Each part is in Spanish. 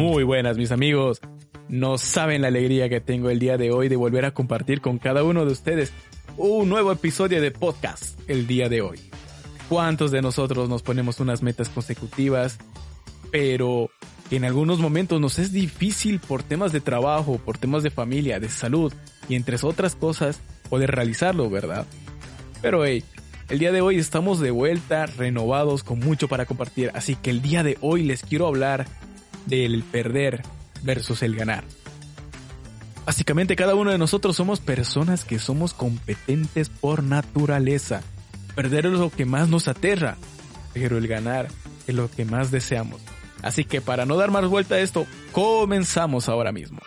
Muy buenas, mis amigos. No saben la alegría que tengo el día de hoy de volver a compartir con cada uno de ustedes un nuevo episodio de podcast el día de hoy. ¿Cuántos de nosotros nos ponemos unas metas consecutivas, pero en algunos momentos nos es difícil por temas de trabajo, por temas de familia, de salud y entre otras cosas poder realizarlo, ¿verdad? Pero hey, el día de hoy estamos de vuelta, renovados, con mucho para compartir, así que el día de hoy les quiero hablar del perder versus el ganar. Básicamente cada uno de nosotros somos personas que somos competentes por naturaleza. Perder es lo que más nos aterra, pero el ganar es lo que más deseamos. Así que para no dar más vuelta a esto, comenzamos ahora mismo.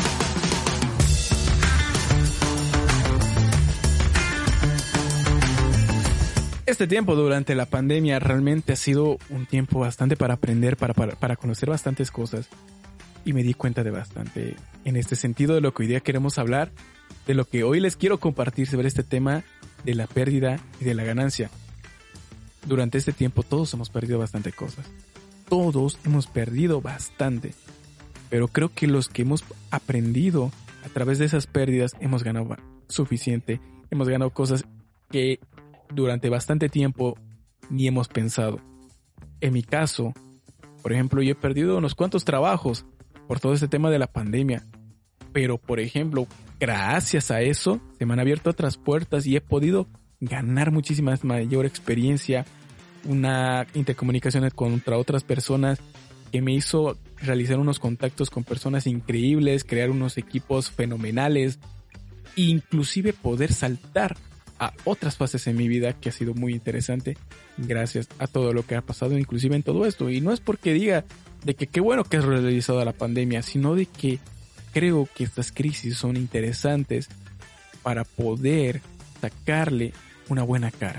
Este tiempo durante la pandemia realmente ha sido un tiempo bastante para aprender, para conocer bastantes cosas. Y me di cuenta de bastante en este sentido de lo que hoy día queremos hablar, de lo que hoy les quiero compartir sobre este tema de la pérdida y de la ganancia. Durante este tiempo todos hemos perdido bastante cosas. Todos hemos perdido bastante. Pero creo que los que hemos aprendido a través de esas pérdidas hemos ganado suficiente. Hemos ganado cosas que durante bastante tiempo ni hemos pensado. En mi caso, por ejemplo, yo he perdido unos cuantos trabajos por todo este tema de la pandemia. Pero, por ejemplo, gracias a eso se me han abierto otras puertas y he podido ganar muchísima mayor experiencia, una intercomunicación contra otras personas que me hizo realizar unos contactos con personas increíbles, crear unos equipos fenomenales, e inclusive poder saltar a otras fases en mi vida que ha sido muy interesante gracias a todo lo que ha pasado inclusive en todo esto. Y no es porque diga de que qué bueno que has realizado la pandemia, sino de que creo que estas crisis son interesantes para poder sacarle una buena cara.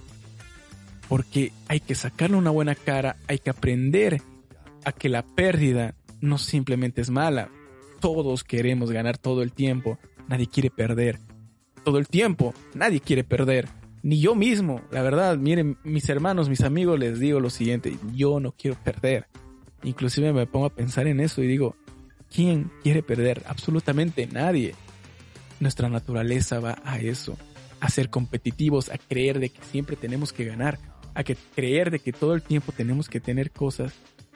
Porque hay que sacarle una buena cara, hay que aprender a que la pérdida no simplemente es mala. Todos queremos ganar todo el tiempo, nadie quiere perder. Todo el tiempo, nadie quiere perder, ni yo mismo, la verdad. Miren, mis hermanos, mis amigos, les digo lo siguiente: yo no quiero perder. Inclusive me pongo a pensar en eso y digo, ¿quién quiere perder? Absolutamente nadie. Nuestra naturaleza va a eso, a ser competitivos, a creer de que siempre tenemos que ganar, a creer de que todo el tiempo tenemos que tener cosas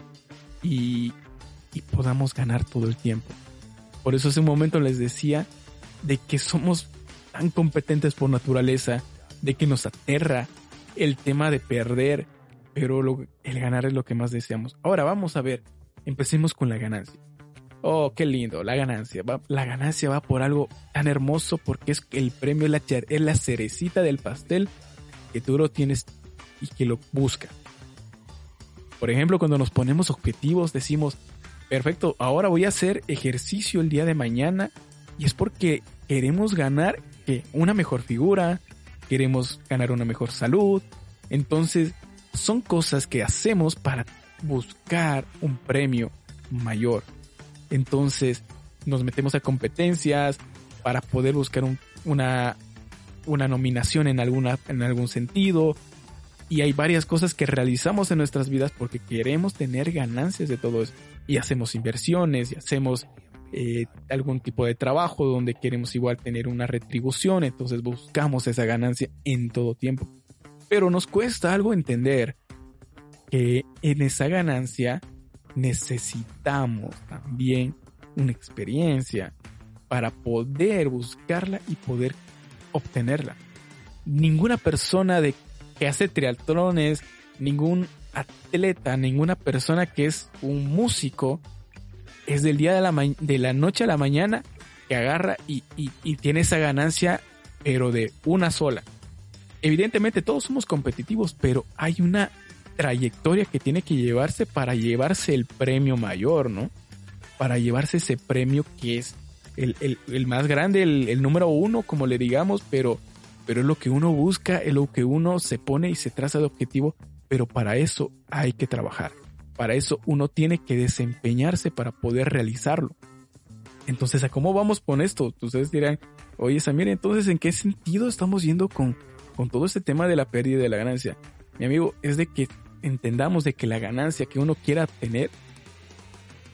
y podamos ganar todo el tiempo. Por eso hace un momento les decía de que somos tan competentes por naturaleza, de que nos aterra el tema de perder, pero el ganar es lo que más deseamos. Ahora vamos a ver, empecemos con la ganancia. Oh, qué lindo, la ganancia. La ganancia va por algo tan hermoso porque es el premio, es la cerecita del pastel que tú lo tienes y que lo busca. Por ejemplo, cuando nos ponemos objetivos decimos, perfecto, ahora voy a hacer ejercicio el día de mañana, y es porque queremos ganar una mejor figura, queremos ganar una mejor salud. Entonces son cosas que hacemos para buscar un premio mayor. Entonces nos metemos a competencias para poder buscar una nominación en algún sentido, y hay varias cosas que realizamos en nuestras vidas porque queremos tener ganancias de todo eso, y hacemos inversiones y hacemos algún tipo de trabajo donde queremos igual tener una retribución. Entonces buscamos esa ganancia en todo tiempo, pero nos cuesta algo entender que en esa ganancia necesitamos también una experiencia para poder buscarla y poder obtenerla. Ninguna persona que hace triatlones, ningún atleta, ninguna persona que es un músico es del día de la noche a la mañana que agarra y tiene esa ganancia, pero de una sola. Evidentemente todos somos competitivos, pero hay una trayectoria que tiene que llevarse para llevarse el premio mayor, ¿no? Para llevarse ese premio que es el más grande, el número uno, como le digamos, pero es lo que uno busca, es lo que uno se pone y se traza de objetivo, pero para eso hay que trabajar. Para eso uno tiene que desempeñarse para poder realizarlo. Entonces, ¿a cómo vamos con esto? Ustedes dirán, oye Samir, entonces, ¿en qué sentido estamos yendo con todo este tema de la pérdida y de la ganancia? Mi amigo, es de que entendamos de que la ganancia que uno quiera tener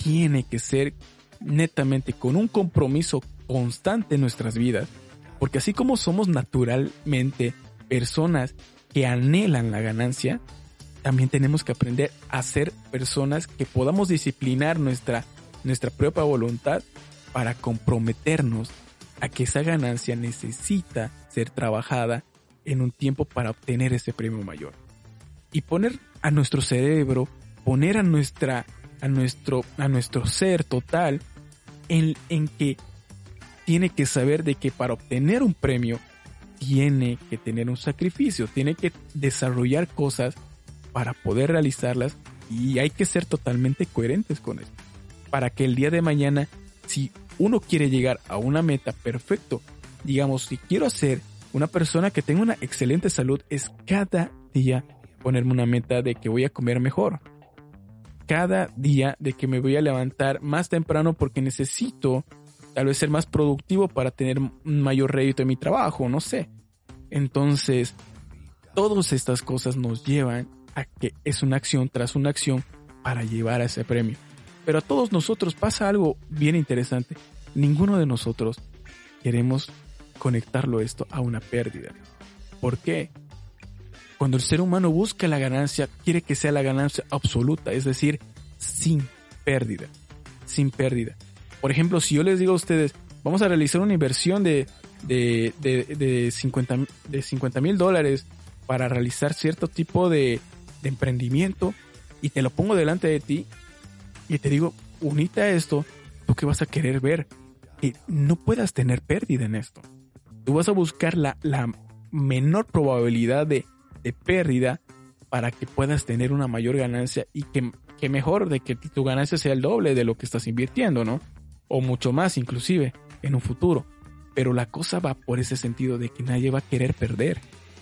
tiene que ser netamente con un compromiso constante en nuestras vidas, porque así como somos naturalmente personas que anhelan la ganancia, también tenemos que aprender a ser personas que podamos disciplinar nuestra propia voluntad para comprometernos a que esa ganancia necesita ser trabajada en un tiempo para obtener ese premio mayor. Y poner a nuestro cerebro, poner a nuestro ser total en que tiene que saber de que para obtener un premio tiene que tener un sacrificio, tiene que desarrollar cosas para poder realizarlas, y hay que ser totalmente coherentes con eso. Para que el día de mañana, si uno quiere llegar a una meta, perfecto. Digamos, si quiero ser una persona que tenga una excelente salud, es cada día ponerme una meta de que voy a comer mejor. Cada día de que me voy a levantar más temprano porque necesito tal vez ser más productivo para tener un mayor rédito en mi trabajo, no sé. Entonces, todas estas cosas nos llevan a que es una acción tras una acción para llevar a ese premio. Pero a todos nosotros pasa algo bien interesante. Ninguno de nosotros queremos conectarlo esto a una pérdida. ¿Por qué? Cuando el ser humano busca la ganancia, quiere que sea la ganancia absoluta, es decir, sin pérdida. Sin pérdida. Por ejemplo, si yo les digo a ustedes, vamos a realizar una inversión de $50,000 para realizar cierto tipo de emprendimiento, y te lo pongo delante de ti y te digo, unite a esto, ¿tú qué vas a querer ver? Que no puedas tener pérdida en esto. Tú vas a buscar la menor probabilidad de pérdida para que puedas tener una mayor ganancia, y que mejor de que tu ganancia sea el doble de lo que estás invirtiendo, ¿no? O mucho más inclusive en un futuro. Pero la cosa va por ese sentido de que nadie va a querer perder.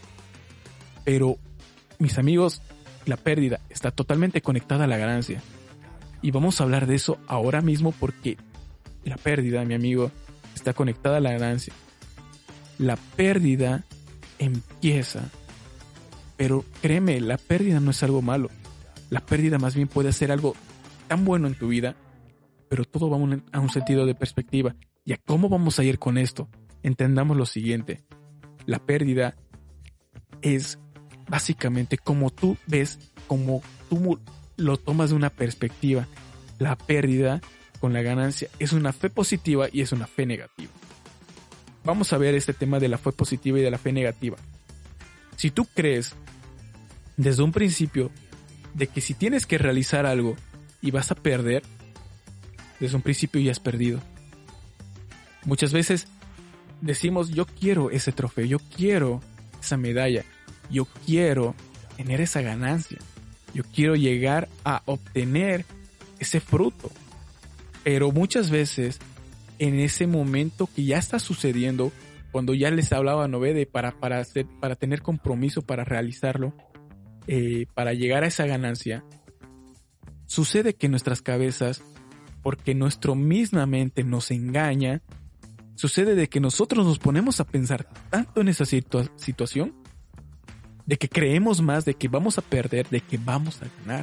Pero, mis amigos, la pérdida está totalmente conectada a la ganancia. Y vamos a hablar de eso ahora mismo, porque la pérdida, mi amigo, está conectada a la ganancia. La pérdida empieza, pero créeme, la pérdida no es algo malo. La pérdida más bien puede ser algo tan bueno en tu vida, pero todo va a un sentido de perspectiva. ¿Y a cómo vamos a ir con esto? Entendamos lo siguiente. La pérdida es básicamente como tú ves, como tú lo tomas de una perspectiva. La pérdida con la ganancia es una fe positiva y es una fe negativa. Vamos a ver este tema de la fe positiva y de la fe negativa. Si tú crees desde un principio de que si tienes que realizar algo y vas a perder, desde un principio ya has perdido. Muchas veces decimos, yo quiero ese trofeo, yo quiero esa medalla, yo quiero tener esa ganancia, yo quiero llegar a obtener ese fruto. Pero muchas veces, en ese momento que ya está sucediendo, cuando ya les hablaba, ¿no ve? Para tener compromiso, para realizarlo, para llegar a esa ganancia, sucede que en nuestras cabezas, porque nuestra misma mente nos engaña, sucede de que nosotros nos ponemos a pensar tanto en esa situación, de que creemos más de que vamos a perder, de que vamos a ganar.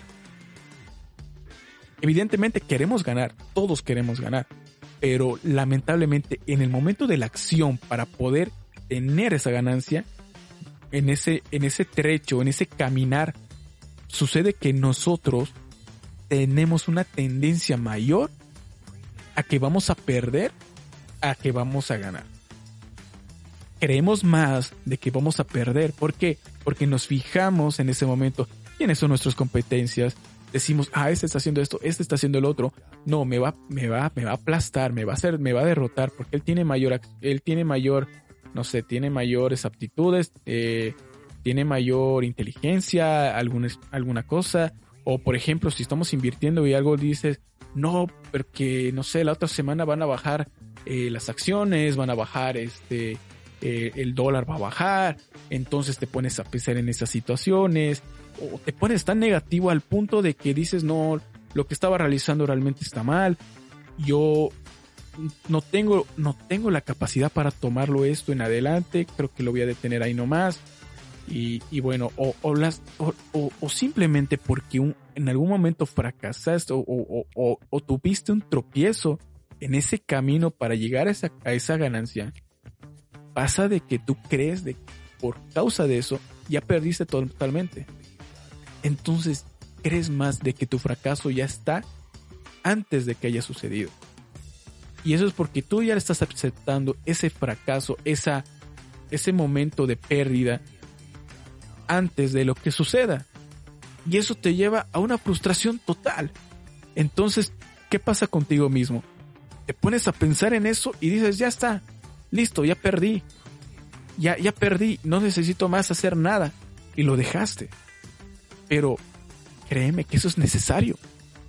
Evidentemente queremos ganar, todos queremos ganar, pero lamentablemente en el momento de la acción para poder tener esa ganancia, en ese trecho, en ese caminar, sucede que nosotros tenemos una tendencia mayor a que vamos a perder, a que vamos a ganar. Creemos más de que vamos a perder. ¿Por qué? Porque nos fijamos en ese momento quiénes son nuestras competencias. Decimos, este está haciendo esto, este está haciendo el otro. No, me va a aplastar, me va a derrotar, porque él tiene mayor, no sé, tiene mayores aptitudes, tiene mayor inteligencia, alguna cosa. O por ejemplo, si estamos invirtiendo y algo dices, no, porque no sé, la otra semana van a bajar las acciones, van a bajar el dólar va a bajar, entonces te pones a pensar en esas situaciones, o te pones tan negativo al punto de que dices, no, lo que estaba realizando realmente está mal, yo no tengo la capacidad para tomarlo esto en adelante, creo que lo voy a detener ahí nomás. Y bueno, o simplemente porque en algún momento fracasaste o tuviste un tropiezo en ese camino para llegar a esa ganancia, pasa de que tú crees de que por causa de eso ya perdiste totalmente. Entonces crees más de que tu fracaso ya está antes de que haya sucedido. Y eso es porque tú ya estás aceptando ese fracaso, ese momento de pérdida antes de lo que suceda. Y eso te lleva a una frustración total. Entonces, ¿qué pasa contigo mismo? Te pones a pensar en eso y dices, ya está, listo, ya perdí. Ya perdí, no necesito más hacer nada. Y lo dejaste. Pero créeme que eso es necesario.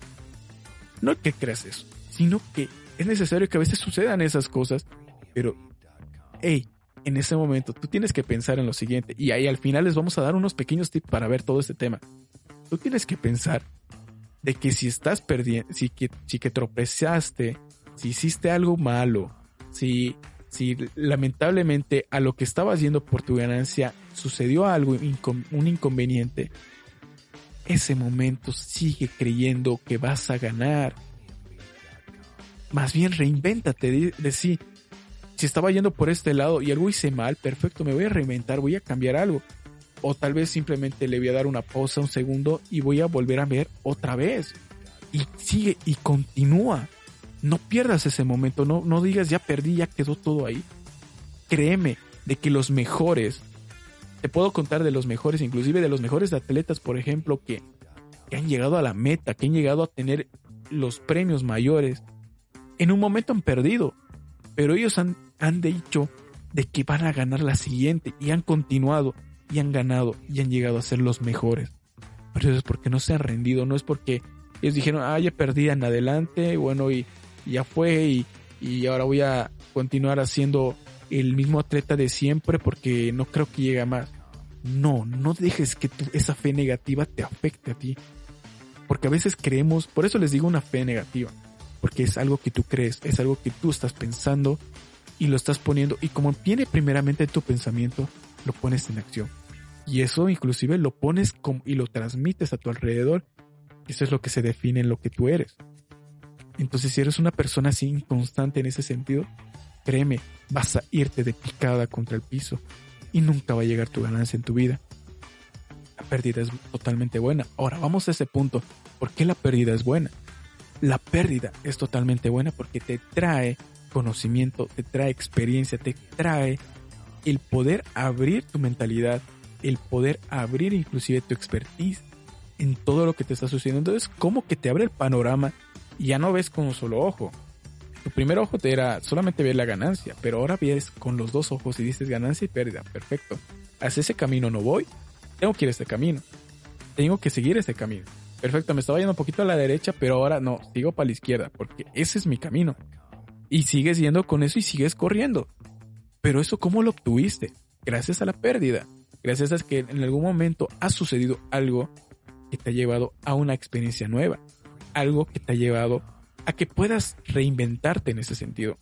No que creas eso, sino que es necesario que a veces sucedan esas cosas. Pero, en ese momento tú tienes que pensar en lo siguiente. Y ahí al final les vamos a dar unos pequeños tips para ver todo este tema. Tú tienes que pensar de que si estás perdiendo, si que tropezaste, si hiciste algo malo, si lamentablemente a lo que estabas yendo por tu ganancia sucedió algo, un inconveniente, ese momento sigue creyendo que vas a ganar. Más bien reinvéntate, si estaba yendo por este lado y algo hice mal, perfecto, me voy a reinventar, voy a cambiar algo. O tal vez simplemente le voy a dar una pausa, un segundo y voy a volver a ver otra vez. Y sigue y continúa. No pierdas ese momento, no digas ya perdí, ya quedó todo ahí. Créeme de que los mejores, te puedo contar de los mejores, inclusive de los mejores atletas, por ejemplo, que han llegado a la meta, que han llegado a tener los premios mayores. En un momento han perdido, pero ellos han dicho de que van a ganar la siguiente y han continuado y han ganado y han llegado a ser los mejores. Pero eso es porque no se han rendido, no es porque ellos dijeron, ya perdí en adelante, bueno, y ya fue y ahora voy a continuar haciendo el mismo atleta de siempre porque no creo que llegue a más. No dejes que esa fe negativa te afecte a ti. Porque a veces creemos, por eso les digo una fe negativa, porque es algo que tú crees, es algo que tú estás pensando y lo estás poniendo, y como viene primeramente en tu pensamiento, lo pones en acción. Y eso inclusive lo pones y lo transmites a tu alrededor. Eso es lo que se define en lo que tú eres. Entonces, si eres una persona así inconstante en ese sentido, créeme, vas a irte de picada contra el piso y nunca va a llegar tu ganancia en tu vida. La pérdida es totalmente buena. Ahora, vamos a ese punto. ¿Por qué la pérdida es buena? La pérdida es totalmente buena porque te trae conocimiento, te trae experiencia, te trae el poder abrir tu mentalidad, el poder abrir inclusive tu expertise en todo lo que te está sucediendo. Entonces, como que te abre el panorama y ya no ves con un solo ojo. Tu primer ojo te era solamente ver la ganancia, pero ahora ves con los dos ojos y dices ganancia y pérdida. Perfecto. Hacia ese camino no voy. Tengo que ir a este camino. Tengo que seguir este camino. Perfecto, me estaba yendo un poquito a la derecha, pero ahora no, sigo para la izquierda, porque ese es mi camino. Y sigues yendo con eso y sigues corriendo. Pero eso, ¿cómo lo obtuviste? Gracias a la pérdida. Gracias a que en algún momento ha sucedido algo que te ha llevado a una experiencia nueva. Algo que te ha llevado a que puedas reinventarte en ese sentido.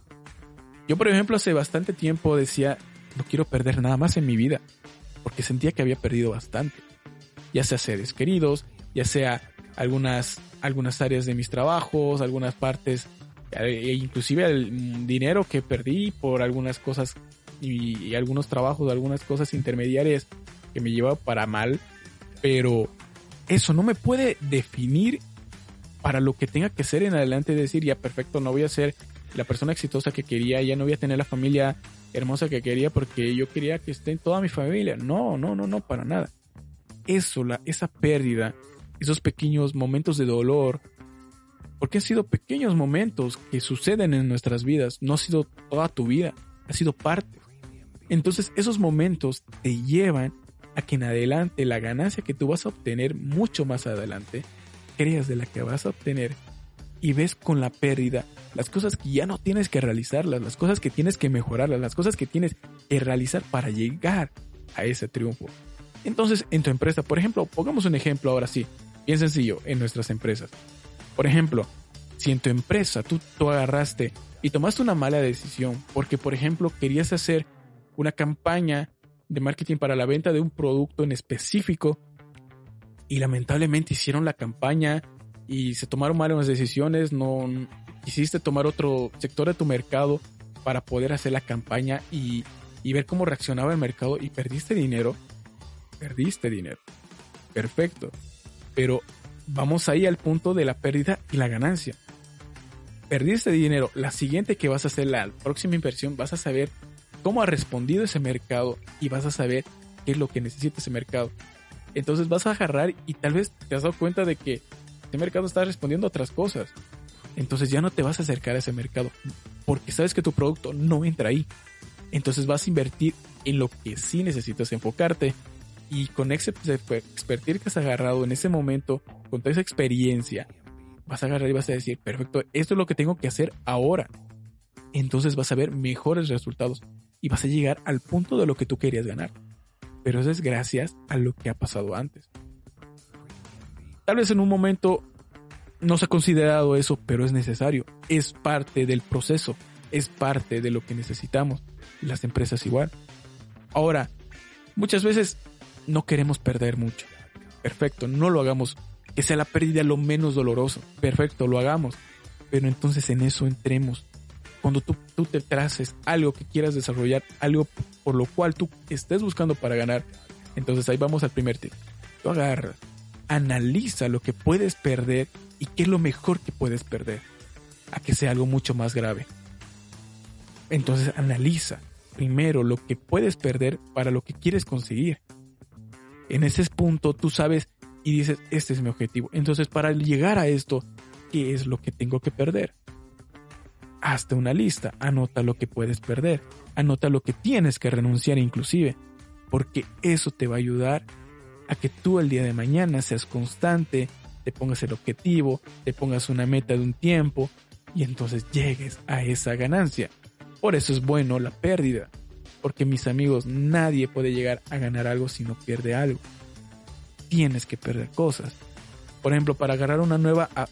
Yo, por ejemplo, hace bastante tiempo decía, no quiero perder nada más en mi vida, porque sentía que había perdido bastante. Ya sea seres queridos, ya sea algunas áreas de mis trabajos, algunas partes, e inclusive el dinero que perdí por algunas cosas y algunos trabajos, algunas cosas intermediarias que me llevaban para mal, pero eso no me puede definir para lo que tenga que ser en adelante, decir ya perfecto, no voy a ser la persona exitosa que quería, ya no voy a tener la familia hermosa que quería porque yo quería que esté en toda mi familia. No, para nada. Esa pérdida, esos pequeños momentos de dolor, porque han sido pequeños momentos que suceden en nuestras vidas, no ha sido toda tu vida, ha sido parte. Entonces esos momentos te llevan a que en adelante la ganancia que tú vas a obtener mucho más adelante, creas de la que vas a obtener y ves con la pérdida las cosas que ya no tienes que realizarlas, las cosas que tienes que mejorarlas, las cosas que tienes que realizar para llegar a ese triunfo. Entonces, en tu empresa, por ejemplo, pongamos un ejemplo ahora sí, bien sencillo, en nuestras empresas. Por ejemplo, si en tu empresa tú agarraste y tomaste una mala decisión porque, por ejemplo, querías hacer una campaña de marketing para la venta de un producto en específico y lamentablemente hicieron la campaña y se tomaron malas decisiones, no quisiste tomar otro sector de tu mercado para poder hacer la campaña y ver cómo reaccionaba el mercado y perdiste dinero. Perfecto. Pero vamos ahí al punto de la pérdida y la ganancia. Perdiste dinero, la siguiente que vas a hacer, la próxima inversión, vas a saber cómo ha respondido ese mercado y vas a saber qué es lo que necesita ese mercado. Entonces vas a agarrar y tal vez te has dado cuenta de que ese mercado está respondiendo a otras cosas. Entonces ya no te vas a acercar a ese mercado porque sabes que tu producto no entra ahí. Entonces vas a invertir en lo que sí necesitas enfocarte y con ese expertise que has agarrado en ese momento, con toda esa experiencia, vas a agarrar y vas a decir, perfecto, esto es lo que tengo que hacer ahora. Entonces vas a ver mejores resultados y vas a llegar al punto de lo que tú querías ganar. Pero eso es gracias a lo que ha pasado antes. Tal vez en un momento no se ha considerado eso, pero es necesario. Es parte del proceso, es parte de lo que necesitamos. Y las empresas igual. Ahora, muchas veces no queremos perder mucho. Perfecto, no lo hagamos. Que sea la pérdida lo menos doloroso. Perfecto, lo hagamos. Pero entonces en eso entremos. Cuando tú te traces algo que quieras desarrollar, algo por lo cual tú estés buscando para ganar, entonces ahí vamos al primer tip. Tú agarras, analiza lo que puedes perder y qué es lo mejor que puedes perder, a que sea algo mucho más grave. Entonces analiza primero lo que puedes perder para lo que quieres conseguir. En ese punto tú sabes y dices, este es mi objetivo. Entonces para llegar a esto, ¿qué es lo que tengo que perder? Hazte una lista, anota lo que puedes perder, anota lo que tienes que renunciar inclusive, porque eso te va a ayudar a que tú el día de mañana seas constante, te pongas el objetivo, te pongas una meta de un tiempo y entonces llegues a esa ganancia. Por eso es bueno la pérdida, porque mis amigos, nadie puede llegar a ganar algo si no pierde algo. Tienes que perder cosas. Por ejemplo, para agarrar un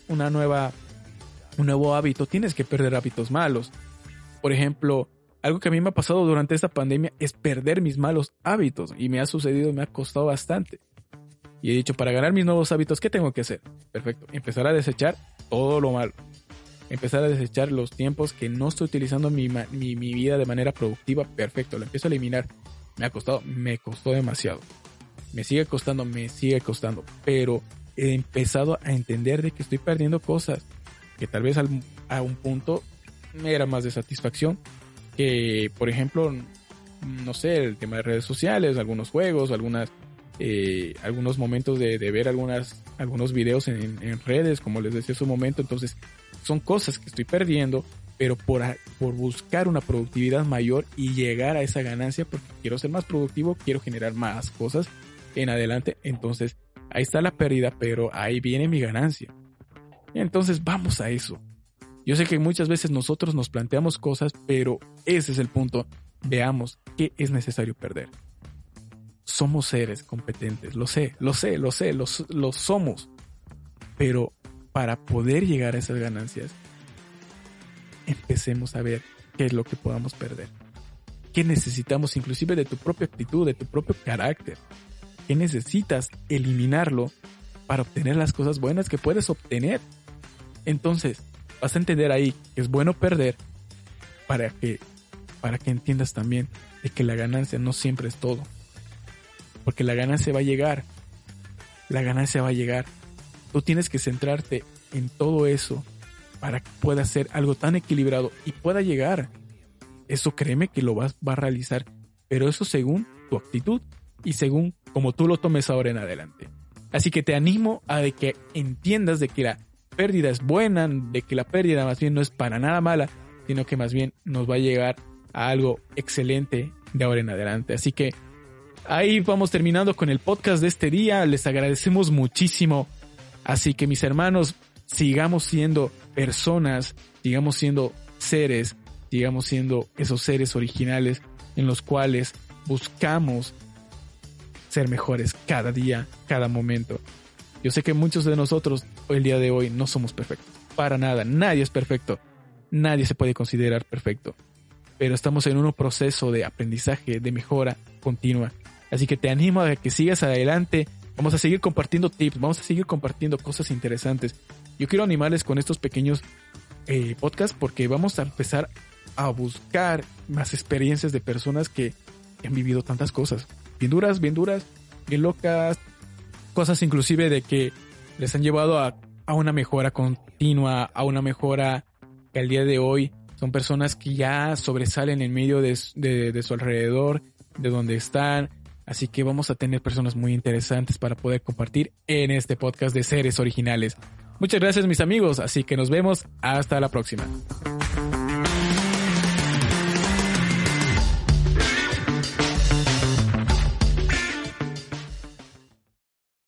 nuevo hábito, tienes que perder hábitos malos. Por ejemplo, algo que a mí me ha pasado durante esta pandemia es perder mis malos hábitos y me ha sucedido, me ha costado bastante. Y he dicho, para ganar mis nuevos hábitos, ¿qué tengo que hacer? Perfecto, empezar a desechar todo lo malo. Empezar a desechar los tiempos que no estoy utilizando mi vida de manera productiva. Perfecto, lo empiezo a eliminar. Me costó demasiado. Me sigue costando, pero he empezado a entender de que estoy perdiendo cosas que tal vez a un punto me era más de satisfacción que, por ejemplo, no sé, el tema de redes sociales, algunos juegos, algunos momentos de ver algunos videos en redes, como les decía hace un momento. Entonces son cosas que estoy perdiendo, pero por buscar una productividad mayor y llegar a esa ganancia, porque quiero ser más productivo, quiero generar más cosas en adelante. Entonces ahí está la pérdida, pero ahí viene mi ganancia. Entonces vamos a eso. Yo sé que muchas veces nosotros nos planteamos cosas, pero ese es el punto. Veamos qué es necesario perder. Somos seres competentes, lo somos. Pero para poder llegar a esas ganancias, empecemos a ver qué es lo que podamos perder. ¿Qué necesitamos inclusive de tu propia actitud, de tu propio carácter? ¿Qué necesitas eliminarlo para obtener las cosas buenas que puedes obtener? Entonces, vas a entender ahí que es bueno perder para que entiendas también de que la ganancia no siempre es todo. Porque la ganancia va a llegar. Tú tienes que centrarte en todo eso para que pueda ser algo tan equilibrado y pueda llegar. Eso créeme que lo vas a realizar, pero eso según tu actitud y según como tú lo tomes ahora en adelante. Así que te animo a de que entiendas de que la pérdida es buena, de que la pérdida más bien no es para nada mala, sino que más bien nos va a llegar a algo excelente de ahora en adelante. Así que ahí vamos terminando con el podcast de este día. Les agradecemos muchísimo. Así que mis hermanos, sigamos siendo personas, sigamos siendo seres, sigamos siendo esos seres originales en los cuales buscamos ser mejores cada día, cada momento. Yo sé que muchos de nosotros el día de hoy no somos perfectos. Para nada, nadie es perfecto. Nadie se puede considerar perfecto. Pero estamos en un proceso de aprendizaje, de mejora continua. Así que te animo a que sigas adelante, Vamos a seguir compartiendo tips, vamos a seguir compartiendo cosas interesantes. Yo quiero animarles con estos pequeños podcasts porque vamos a empezar a buscar más experiencias de personas que han vivido tantas cosas. Bien duras, bien locas. Cosas inclusive de que les han llevado a una mejora continua, a una mejora que al día de hoy son personas que ya sobresalen en medio de su alrededor, de donde están. Así que vamos a tener personas muy interesantes para poder compartir en este podcast de Seres Originales. Muchas gracias mis amigos, así que nos vemos hasta la próxima.